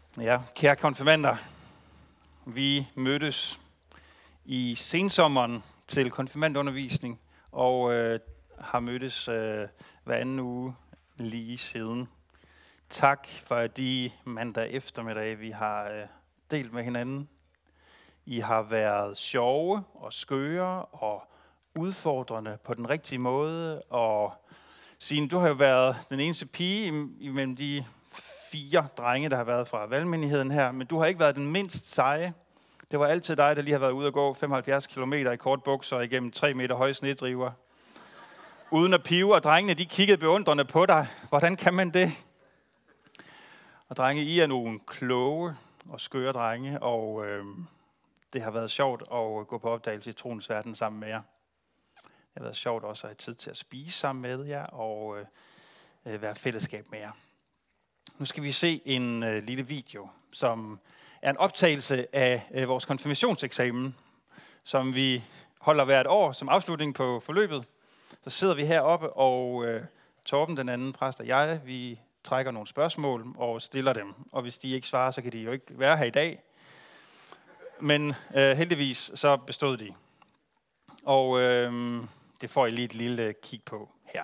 Ja, kære konfirmander, vi mødtes i sensommeren til konfirmandundervisning og har mødtes hver anden uge lige siden. Tak for de mandag eftermiddag, vi har delt med hinanden. I har været sjove og skøre og udfordrende på den rigtige måde. Og Signe, du har jo været den eneste pige imellem de 4 drenge, der har været fra valgmenigheden her, men du har ikke været den mindst seje. Det var altid dig, der lige har været ude at gå 75 km i kortbukser igennem 3 meter høje snedriver. Uden at pive, og drengene de kiggede beundrende på dig. Hvordan kan man det? Og drenge, I er nogle kloge og skøre drenge, og det har været sjovt at gå på opdagelse i troens verden sammen med jer. Det har været sjovt også at have tid til at spise sammen med jer og være fællesskab med jer. Nu skal vi se en lille video, som er en optagelse af vores konfirmationseksamen, som vi holder hvert år som afslutning på forløbet. Så sidder vi heroppe, og Torben, den anden præst og jeg, vi trækker nogle spørgsmål og stiller dem. Og hvis de ikke svarer, så kan de jo ikke være her i dag. Men heldigvis så bestod de. Og det får I lige et lille kig på her.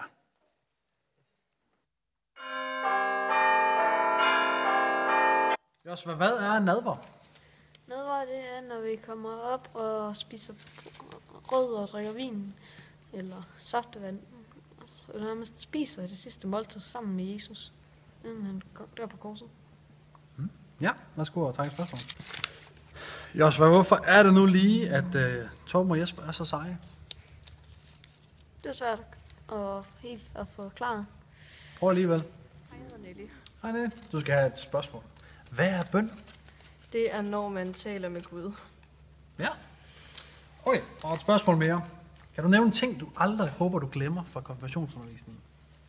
Josva, hvad er nadver? Nadver, det er, når vi kommer op og spiser rød og drikker vin, eller saftevand. Så når man spiser det sidste måltid sammen med Jesus, inden han dør på korset. Ja, værsgo og trække spørgsmål. Josva, hvorfor er det nu lige, at Torben og Jesper er så seje? Det er svært helt at forklare. Prøv alligevel. Hej, jeg hedder Nelly. Hej Nelly. Du skal have et spørgsmål. Hvad er bøn? Det er, når man taler med Gud. Ja. Okay, og et spørgsmål mere. Kan du nævne en ting, du aldrig håber, du glemmer fra konfirmationsundervisningen?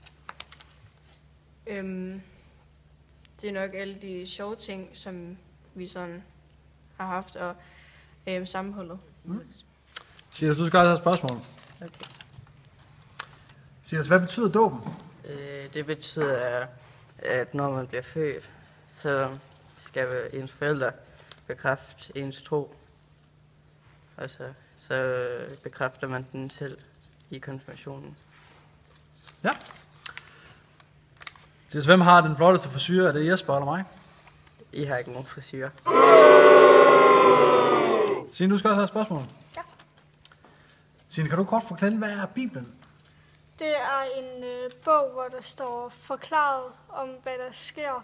Det er nok alle de sjove ting, som vi sådan har haft og sammenholdet. Silas, du skal også have et spørgsmål. Okay. Silas, hvad betyder dåben? Det betyder, at når man bliver født, så skal ens forældre bekræfte ens tro. Og så bekræfter man den selv i konfirmationen. Ja. Silas, hvem har den flotteste frisyre? Er det Jesper eller mig? I har ikke nogen frisyrer. Signe, du skal også have et spørgsmål. Ja. Signe, kan du kort forklare, hvad er Bibelen? Det er en bog, hvor der står forklaret om, hvad der sker.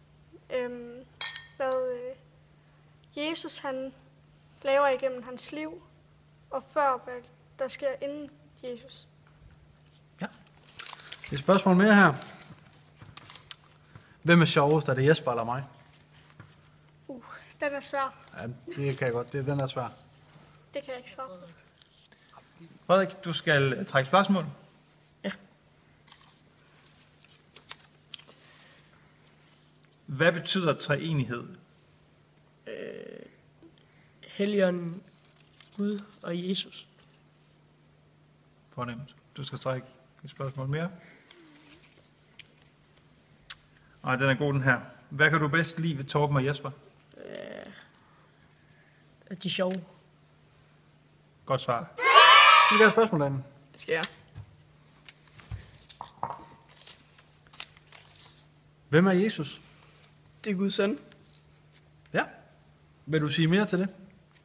Hvad Jesus han laver igennem hans liv, og før hvad der sker inden Jesus. Ja. Et spørgsmål mere her. Hvem er sjovest? Er det Jesper eller mig? Den er svær. Ja, det kan jeg godt. Den er svær. Det kan jeg ikke svare på. Frederik, du skal trække spørgsmål. Ja. Hvad betyder treenighed? Helligånden, Gud og Jesus. Fornemt. Du skal trække et spørgsmål mere. Og den er god, den her. Hvad kan du bedst lide ved Torben og Jesper? De er sjove. Godt svar. Du skal have et spørgsmål, Anne. Det skal jeg. Hvem er Jesus? Det er Guds søn. Ja. Vil du sige mere til det?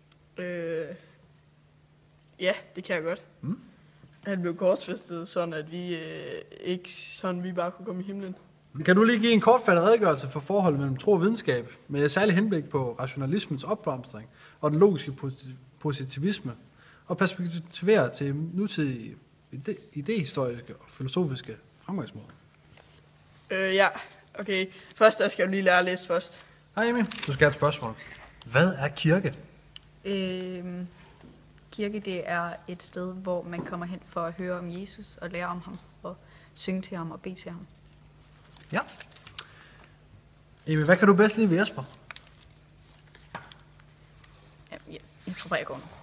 Ja, det kan jeg godt. Han blev korsfæstet, sådan at vi vi bare kunne komme i himlen. Kan du lige give en kortfattet redegørelse for forholdet mellem tro og videnskab, med særlig henblik på rationalismens opblomstring og den logiske positivisme, og perspektivere til nutidige idehistoriske og filosofiske fremgangsmåder? Ja, okay. Først der skal jeg lige lære at læse først. Hej Emil, du skal have et spørgsmål. Hvad er kirke? Kirke, det er et sted, hvor man kommer hen for at høre om Jesus og lære om ham og synge til ham og bede til ham. Ja. Emil, hvad kan du bedst lide ved Jesper? Jeg tror bare, jeg går nu.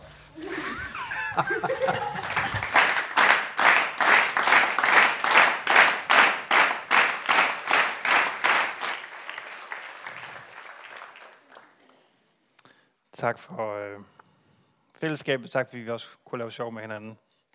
Tak for fællesskabet. Tak fordi vi også kunne lave sjov med hinanden.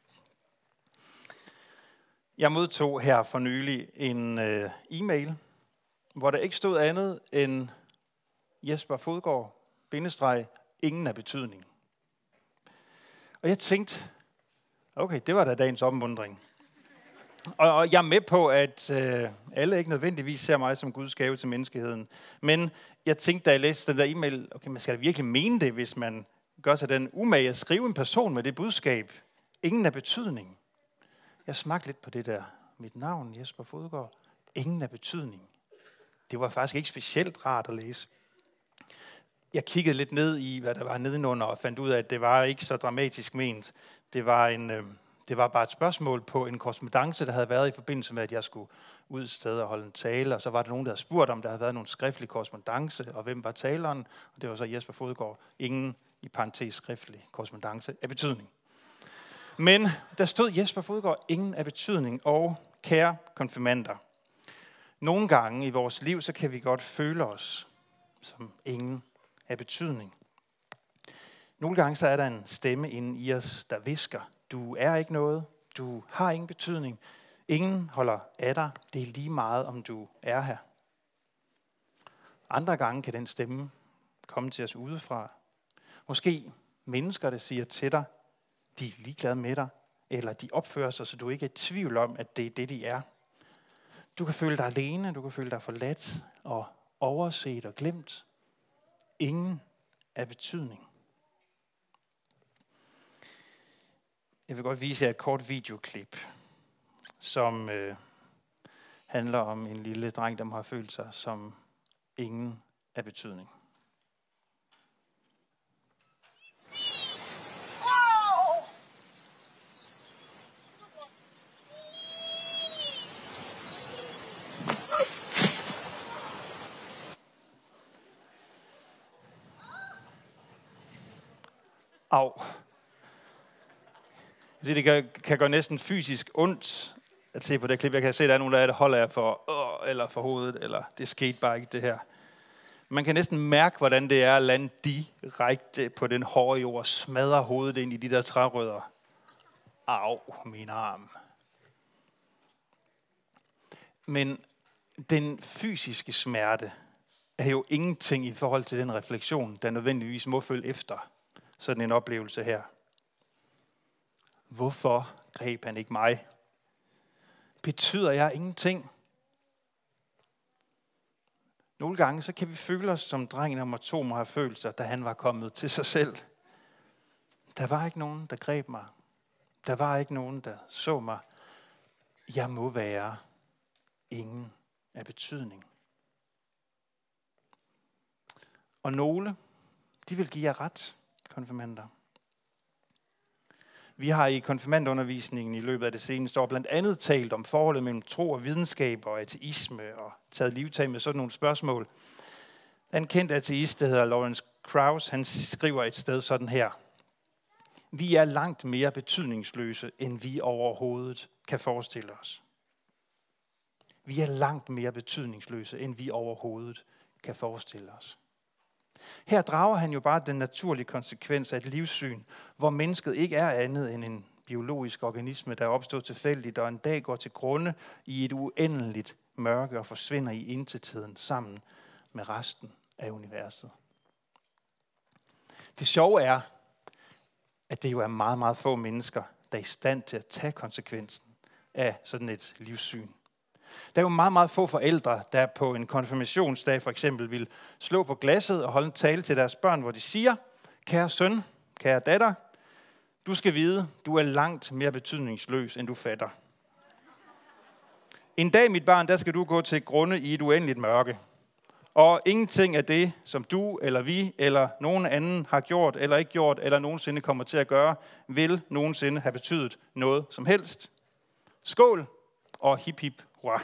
Jeg modtog her for nylig en e-mail, hvor der ikke stod andet end Jesper Fodgaard, ingen af betydning. Og jeg tænkte, okay, det var da dagens opmuntring. Og jeg er med på, at alle ikke nødvendigvis ser mig som Guds gave til menneskeheden. Men jeg tænkte, da jeg læste den der e-mail, okay, man skal da virkelig mene det, hvis man gør sig den umage at skrive en person med det budskab. Ingen af betydning. Jeg smagte lidt på det der. Mit navn, Jesper Fodgaard. Ingen af betydning. Det var faktisk ikke specielt rart at læse. Jeg kiggede lidt ned i, hvad der var nedenunder, og fandt ud af, at det var ikke så dramatisk ment. Det var bare et spørgsmål på en korrespondance, der havde været i forbindelse med, at jeg skulle ud et sted og holde en tale, og så var der nogen, der havde spurgt, om der havde været nogen skriftlig korrespondance, og hvem var taleren, og det var så Jesper Fodgaard. Ingen, i parentes skriftlig korrespondance af betydning. Men der stod Jesper Fodgaard, ingen af betydning, og kære konfirmander. Nogle gange i vores liv, så kan vi godt føle os som ingen af betydning. Nogle gange så er der en stemme inde i os, der hvisker, du er ikke noget, du har ingen betydning, ingen holder af dig, det er lige meget, om du er her. Andre gange kan den stemme komme til os udefra. Måske mennesker, der siger til dig, de er ligeglade med dig, eller de opfører sig, så du ikke er i tvivl om, at det er det, de er. Du kan føle dig alene, du kan føle dig forladt og overset og glemt. Ingen af betydning. Jeg vil godt vise jer et kort videoklip, som handler om en lille dreng, der har følt sig som ingen af betydning. Au. Det kan gøre næsten fysisk ondt at se på det klip. Jeg kan se, at der er nogen, der holder jer eller for hovedet, eller det skete bare ikke det her. Man kan næsten mærke, hvordan det er at lande direkte på den hårde jord, smadre hovedet ind i de der trærødder. Au, min arm. Men den fysiske smerte er jo ingenting i forhold til den refleksion, der nødvendigvis må følge efter sådan en oplevelse her. Hvorfor greb han ikke mig? Betyder jeg ingenting? Nogle gange så kan vi føle os som dreng nummer 2 må have følt sig, da han var kommet til sig selv. Der var ikke nogen, der greb mig. Der var ikke nogen, der så mig. Jeg må være ingen af betydning. Og nogle, de vil give jer ret, konfirmander. Vi har i konfirmandundervisningen i løbet af det seneste år blandt andet talt om forholdet mellem tro og videnskab og ateisme og taget livtag med sådan nogle spørgsmål. En kendt ateist, der hedder Lawrence Krauss, han skriver et sted sådan her. Vi er langt mere betydningsløse, end vi overhovedet kan forestille os. Vi er langt mere betydningsløse, end vi overhovedet kan forestille os. Her drager han jo bare den naturlige konsekvens af et livssyn, hvor mennesket ikke er andet end en biologisk organisme, der er opstået tilfældigt og en dag går til grunde i et uendeligt mørke og forsvinder i intetheden sammen med resten af universet. Det sjove er, at det jo er meget, meget få mennesker, der er i stand til at tage konsekvensen af sådan et livssyn. Der er jo meget, meget få forældre, der på en konfirmationsdag for eksempel vil slå på glasset og holde en tale til deres børn, hvor de siger, kære søn, kære datter, du skal vide, du er langt mere betydningsløs, end du fatter. En dag, mit barn, der skal du gå til grunde i et uendeligt mørke. Og ingenting af det, som du eller vi eller nogen anden har gjort eller ikke gjort eller nogensinde kommer til at gøre, vil nogensinde have betydet noget som helst. Skål og hip hip hurra.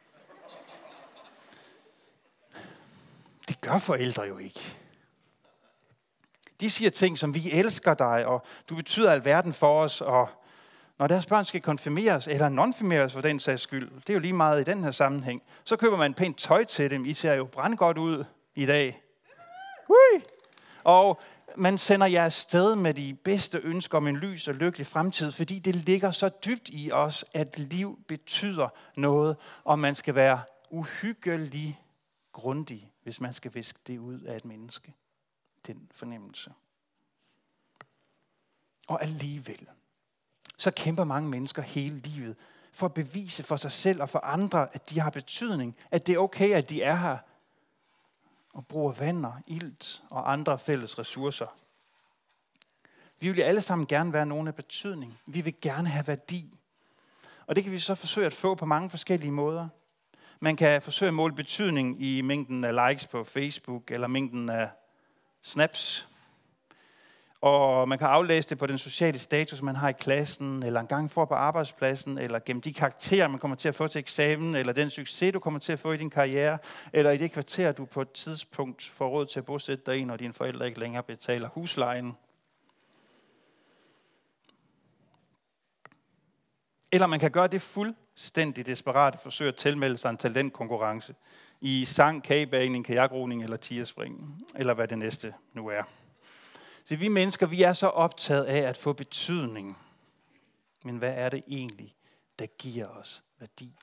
Det gør forældre jo ikke. De siger ting som, vi elsker dig, og du betyder alverden for os, og når deres børn skal konfirmeres, eller nonfirmeres for den sags skyld, det er jo lige meget i den her sammenhæng, så køber man pænt tøj til dem. I ser jo brandgodt ud i dag. Hui! Og man sender jer afsted med de bedste ønsker om en lys og lykkelig fremtid, fordi det ligger så dybt i os, at liv betyder noget, og man skal være uhyggelig grundig, hvis man skal viske det ud af et menneske. Den fornemmelse. Og alligevel, så kæmper mange mennesker hele livet for at bevise for sig selv og for andre, at de har betydning, at det er okay, at de er her, og bruger vand og ilt og andre fælles ressourcer. Vi vil alle sammen gerne være nogen af betydning. Vi vil gerne have værdi. Og det kan vi så forsøge at få på mange forskellige måder. Man kan forsøge at måle betydning i mængden af likes på Facebook, eller mængden af snaps. Og man kan aflæse det på den sociale status, man har i klassen, eller en gang får på arbejdspladsen, eller gennem de karakterer, man kommer til at få til eksamen, eller den succes, du kommer til at få i din karriere, eller i det kvarter, du på et tidspunkt får råd til at bosætte dig i, når dine forældre ikke længere betaler huslejen. Eller man kan gøre det fuldstændig desperat, forsøge at tilmelde sig en talentkonkurrence i sang, kagebagning, kajakroning eller tigerspringen, eller hvad det næste nu er. Så vi mennesker, vi er så optaget af at få betydning. Men hvad er det egentlig, der giver os værdi?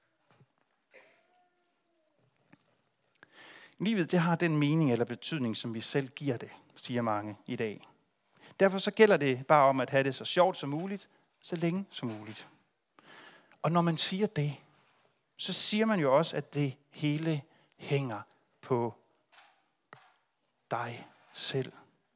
Livet, det har den mening eller betydning, som vi selv giver det, siger mange i dag. Derfor så gælder det bare om at have det så sjovt som muligt, så længe som muligt. Og når man siger det, så siger man jo også, at det hele hænger på dig selv.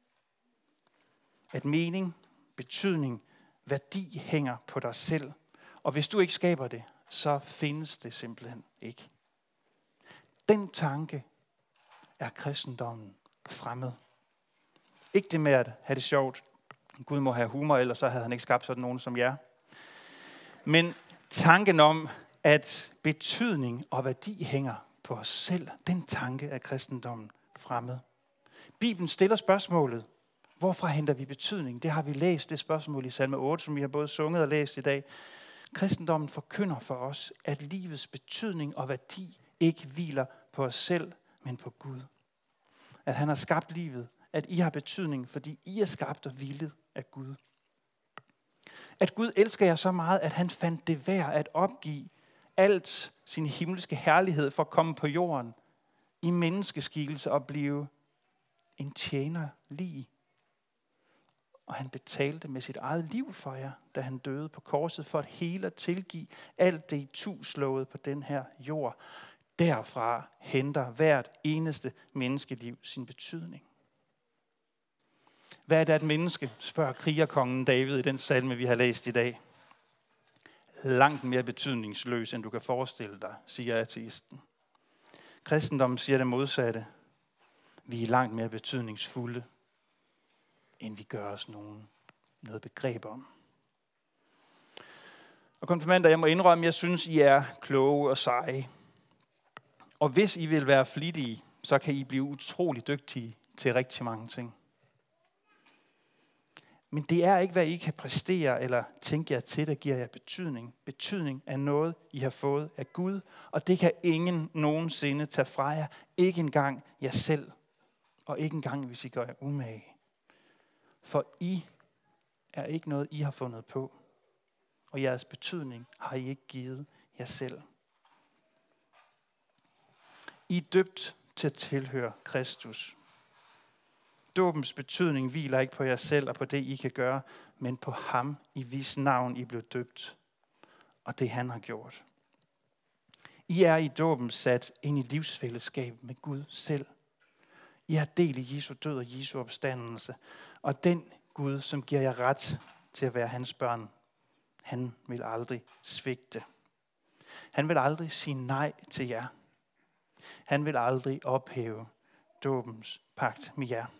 At mening, betydning, værdi hænger på dig selv. Og hvis du ikke skaber det, så findes det simpelthen ikke. Den tanke er kristendommen fremmed. Ikke det med at have det sjovt. Gud må have humor, ellers så havde han ikke skabt sådan nogen som jer. Men tanken om, at betydning og værdi hænger på os selv, den tanke er kristendommen fremmed. Bibelen stiller spørgsmålet, hvorfra henter vi betydning? Det har vi læst, det spørgsmål i salme 8, som vi har både sunget og læst i dag. Kristendommen forkynder for os, at livets betydning og værdi ikke hviler på os selv, men på Gud. At han har skabt livet, at I har betydning, fordi I er skabt og hvilet af Gud. At Gud elsker jer så meget, at han fandt det værd at opgive alt sin himmelske herlighed for at komme på jorden i menneskeskikkelse og blive en tjener lig. Og han betalte med sit eget liv for jer, da han døde på korset, for at hele at tilgive alt det ituslået på den her jord. Derfra henter hvert eneste menneskeliv sin betydning. Hvad er det et menneske, spørger krigerkongen David i den salme, vi har læst i dag. Langt mere betydningsløs, end du kan forestille dig, siger ateisten. Kristendommen siger det modsatte. Vi er langt mere betydningsfulde, end vi gør os noget begreb om. Og konfirmander, jeg må indrømme, jeg synes, I er kloge og seje. Og hvis I vil være flittige, så kan I blive utrolig dygtige til rigtig mange ting. Men det er ikke, hvad I kan præstere eller tænke jer til, der giver jer betydning. Betydning er noget, I har fået af Gud, og det kan ingen nogensinde tage fra jer. Ikke engang jer selv, og ikke engang, hvis I gør jer umage. For I er ikke noget, I har fundet på, og jeres betydning har I ikke givet jer selv. I er døbt til at tilhøre Kristus. Dåbens betydning hviler ikke på jer selv og på det, I kan gøre, men på ham, i hvis navn I blev døbt, og det han har gjort. I er i dåben sat ind i livsfællesskab med Gud selv. I har del i Jesu død og Jesu opstandelse, og den Gud, som giver jer ret til at være hans børn, han vil aldrig svigte. Han vil aldrig sige nej til jer. Han vil aldrig ophæve dåbens pagt med jer.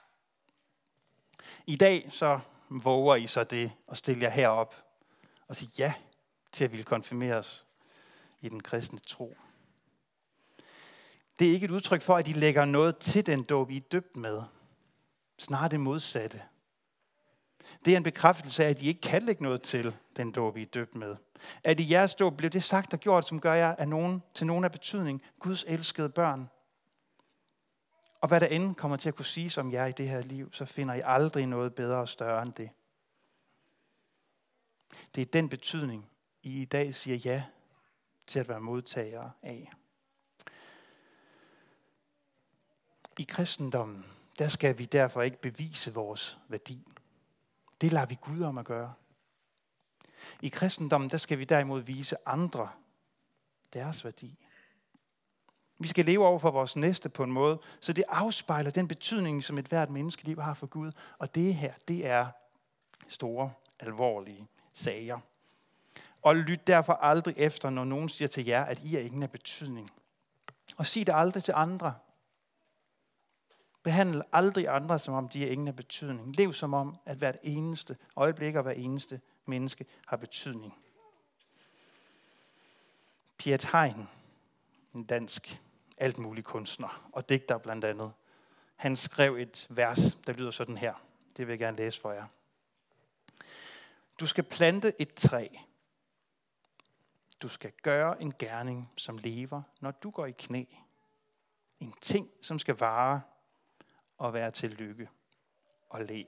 I dag så våger I så det og stille jer herop og sige ja til at ville konfirmeres i den kristne tro. Det er ikke et udtryk for, at I lægger noget til den dåb, I er døbt med. Snarere det modsatte. Det er en bekræftelse af, at I ikke kan lægge noget til den dåb, I er døbt med. At i jeres dåb blev det sagt og gjort, som gør jer til nogen af betydning, Guds elskede børn. Og hvad der end kommer til at kunne siges om jer i det her liv, så finder I aldrig noget bedre og større end det. Det er den betydning, I i dag siger ja til at være modtagere af. I kristendommen, der skal vi derfor ikke bevise vores værdi. Det lader vi Gud om at gøre. I kristendommen, der skal vi derimod vise andre deres værdi. Vi skal leve over for vores næste på en måde, så det afspejler den betydning, som et hvert menneskeliv har for Gud. Og det her, det er store, alvorlige sager. Og lyt derfor aldrig efter, når nogen siger til jer, at I er ingen af betydning. Og sig det aldrig til andre. Behandle aldrig andre, som om de er ingen af betydning. Lev som om, at hvert eneste øjeblik og hver eneste menneske har betydning. Piet Hein, en dansk altmulig kunstner og digter blandt andet, han skrev et vers, der lyder sådan her. Det vil jeg gerne læse for jer. Du skal plante et træ. Du skal gøre en gerning, som lever, når du går i knæ. En ting, som skal vare og være til lykke og le.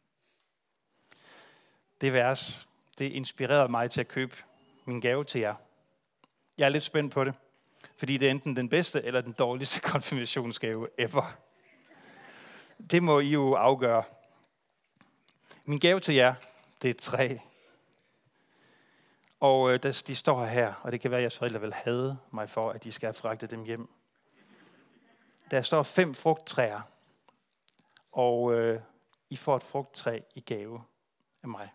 Det vers, det inspirerede mig til at købe min gave til jer. Jeg er lidt spændt på det, fordi det er enten den bedste eller den dårligste konfirmationsgave ever. Det må I jo afgøre. Min gave til jer, det er et træ. Og de står her, og det kan være, at jeres forældre vil hade mig for, at de skal have fragtet dem hjem. Der står 5 frugttræer, og I får et frugttræ i gave af mig.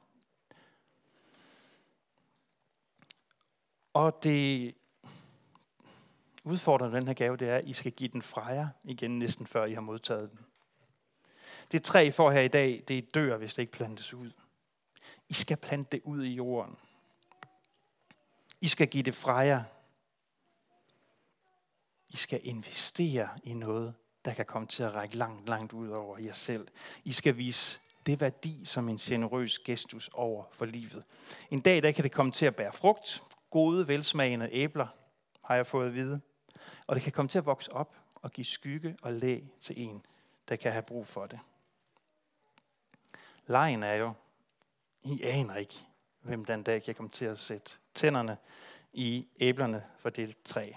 Og det udfordrende den her gave, det er, at I skal give den fra jer igen næsten før I har modtaget den. Det træ, I får her i dag, det dør, hvis det ikke plantes ud. I skal plante det ud i jorden. I skal give det fra jer. I skal investere i noget, der kan komme til at række langt, langt ud over jer selv. I skal vise det værdi som en generøs gestus over for livet. En dag, der kan det komme til at bære frugt. Gode, velsmagende æbler, har jeg fået at vide. Og det kan komme til at vokse op og give skygge og læ til en, der kan have brug for det. Lejen er jo, I aner ikke, hvem den dag kan komme til at sætte tænderne i æblerne for det træ.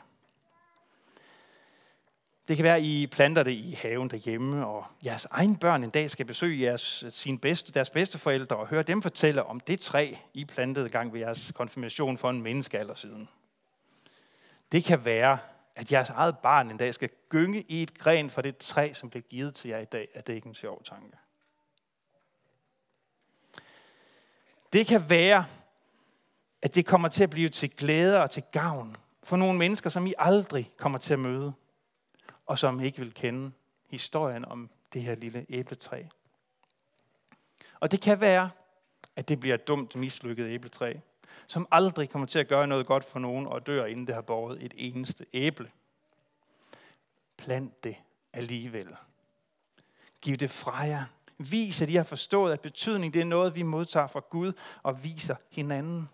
Det kan være, at I planter det i haven derhjemme, og jeres egne børn en dag skal besøge deres bedsteforældre og høre dem fortælle om det træ, I plantede gang ved jeres konfirmation for en menneskealder siden. Det kan være, at jeres eget barn en dag skal gynge i et gren for det træ, som blev givet til jer i dag. Er det ikke en sjov tanke? Det kan være, at det kommer til at blive til glæde og til gavn for nogle mennesker, som I aldrig kommer til at møde, og som ikke vil kende historien om det her lille æbletræ. Og det kan være, at det bliver et dumt, mislykket æbletræ, som aldrig kommer til at gøre noget godt for nogen og dør, inden det har båret et eneste æble. Plant det alligevel. Giv det fra jer. Vis, at I har forstået, at betydning det er noget, vi modtager fra Gud og viser hinanden.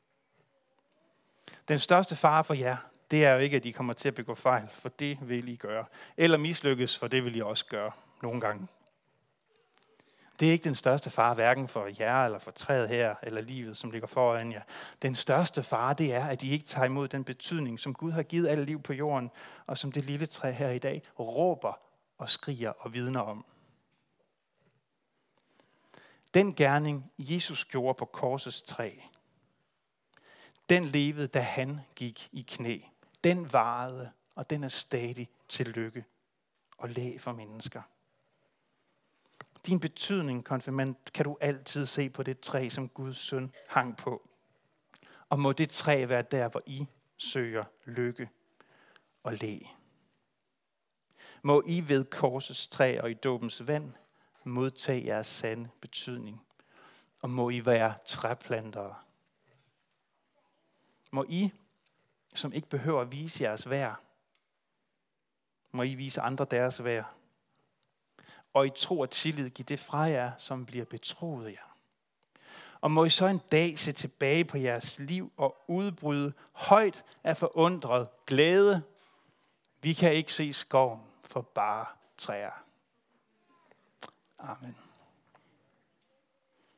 Den største fare for jer, det er jo ikke, at I kommer til at begå fejl, for det vil I gøre. Eller mislykkes, for det vil I også gøre nogle gange. Det er ikke den største fare, hverken for jer, eller for træet her, eller livet, som ligger foran jer. Den største fare, det er, at I ikke tager imod den betydning, som Gud har givet alle liv på jorden, og som det lille træ her i dag råber og skriger og vidner om. Den gerning, Jesus gjorde på korsets træ, den levede, da han gik i knæ. Den varede, og den er stadig til lykke og læ for mennesker. Din betydning, konfirmand, kan du altid se på det træ, som Guds søn hang på. Og må det træ være der, hvor I søger lykke og læ. Må I ved korsets træ og i dåbens vand modtage jeres sande betydning. Og må I være træplantere. Må I, som ikke behøver at vise jeres værd, må I vise andre deres værd. Og I tro og tillid give det fra jer, som bliver betroet jer. Og må I så en dag se tilbage på jeres liv og udbryde højt af forundret glæde. Vi kan ikke se skoven for bare træer. Amen.